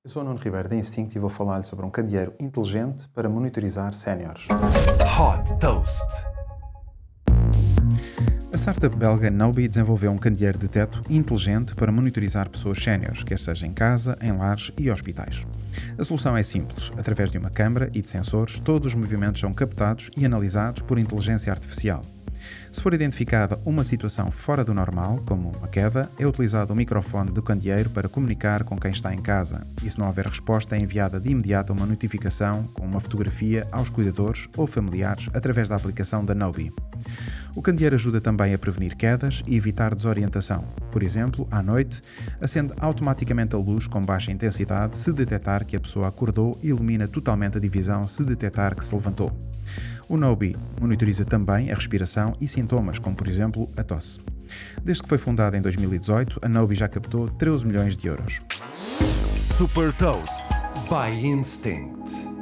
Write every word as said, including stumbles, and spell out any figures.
Eu sou o Nuno Ribeiro da Instinct e vou falar-lhe sobre um candeeiro inteligente para monitorizar séniores. Hot Toast. A startup belga Nobi desenvolveu um candeeiro de teto inteligente para monitorizar pessoas séniores, quer seja em casa, em lares e hospitais. A solução é simples. Através de uma câmara e de sensores, todos os movimentos são captados e analisados por inteligência artificial. Se for identificada uma situação fora do normal, como uma queda, é utilizado o microfone do candeeiro para comunicar com quem está em casa, e se não houver resposta é enviada de imediato uma notificação com uma fotografia aos cuidadores ou familiares através da aplicação da Nobi. O candeeiro ajuda também a prevenir quedas e evitar desorientação. Por exemplo, à noite, acende automaticamente a luz com baixa intensidade se detectar que a pessoa acordou e ilumina totalmente a divisão se detectar que se levantou. O Nobi monitoriza também a respiração e sintomas, como por exemplo a tosse. Desde que foi fundada em dois mil e dezoito, a Nobi já captou treze milhões de euros. Super Toast by Instinct.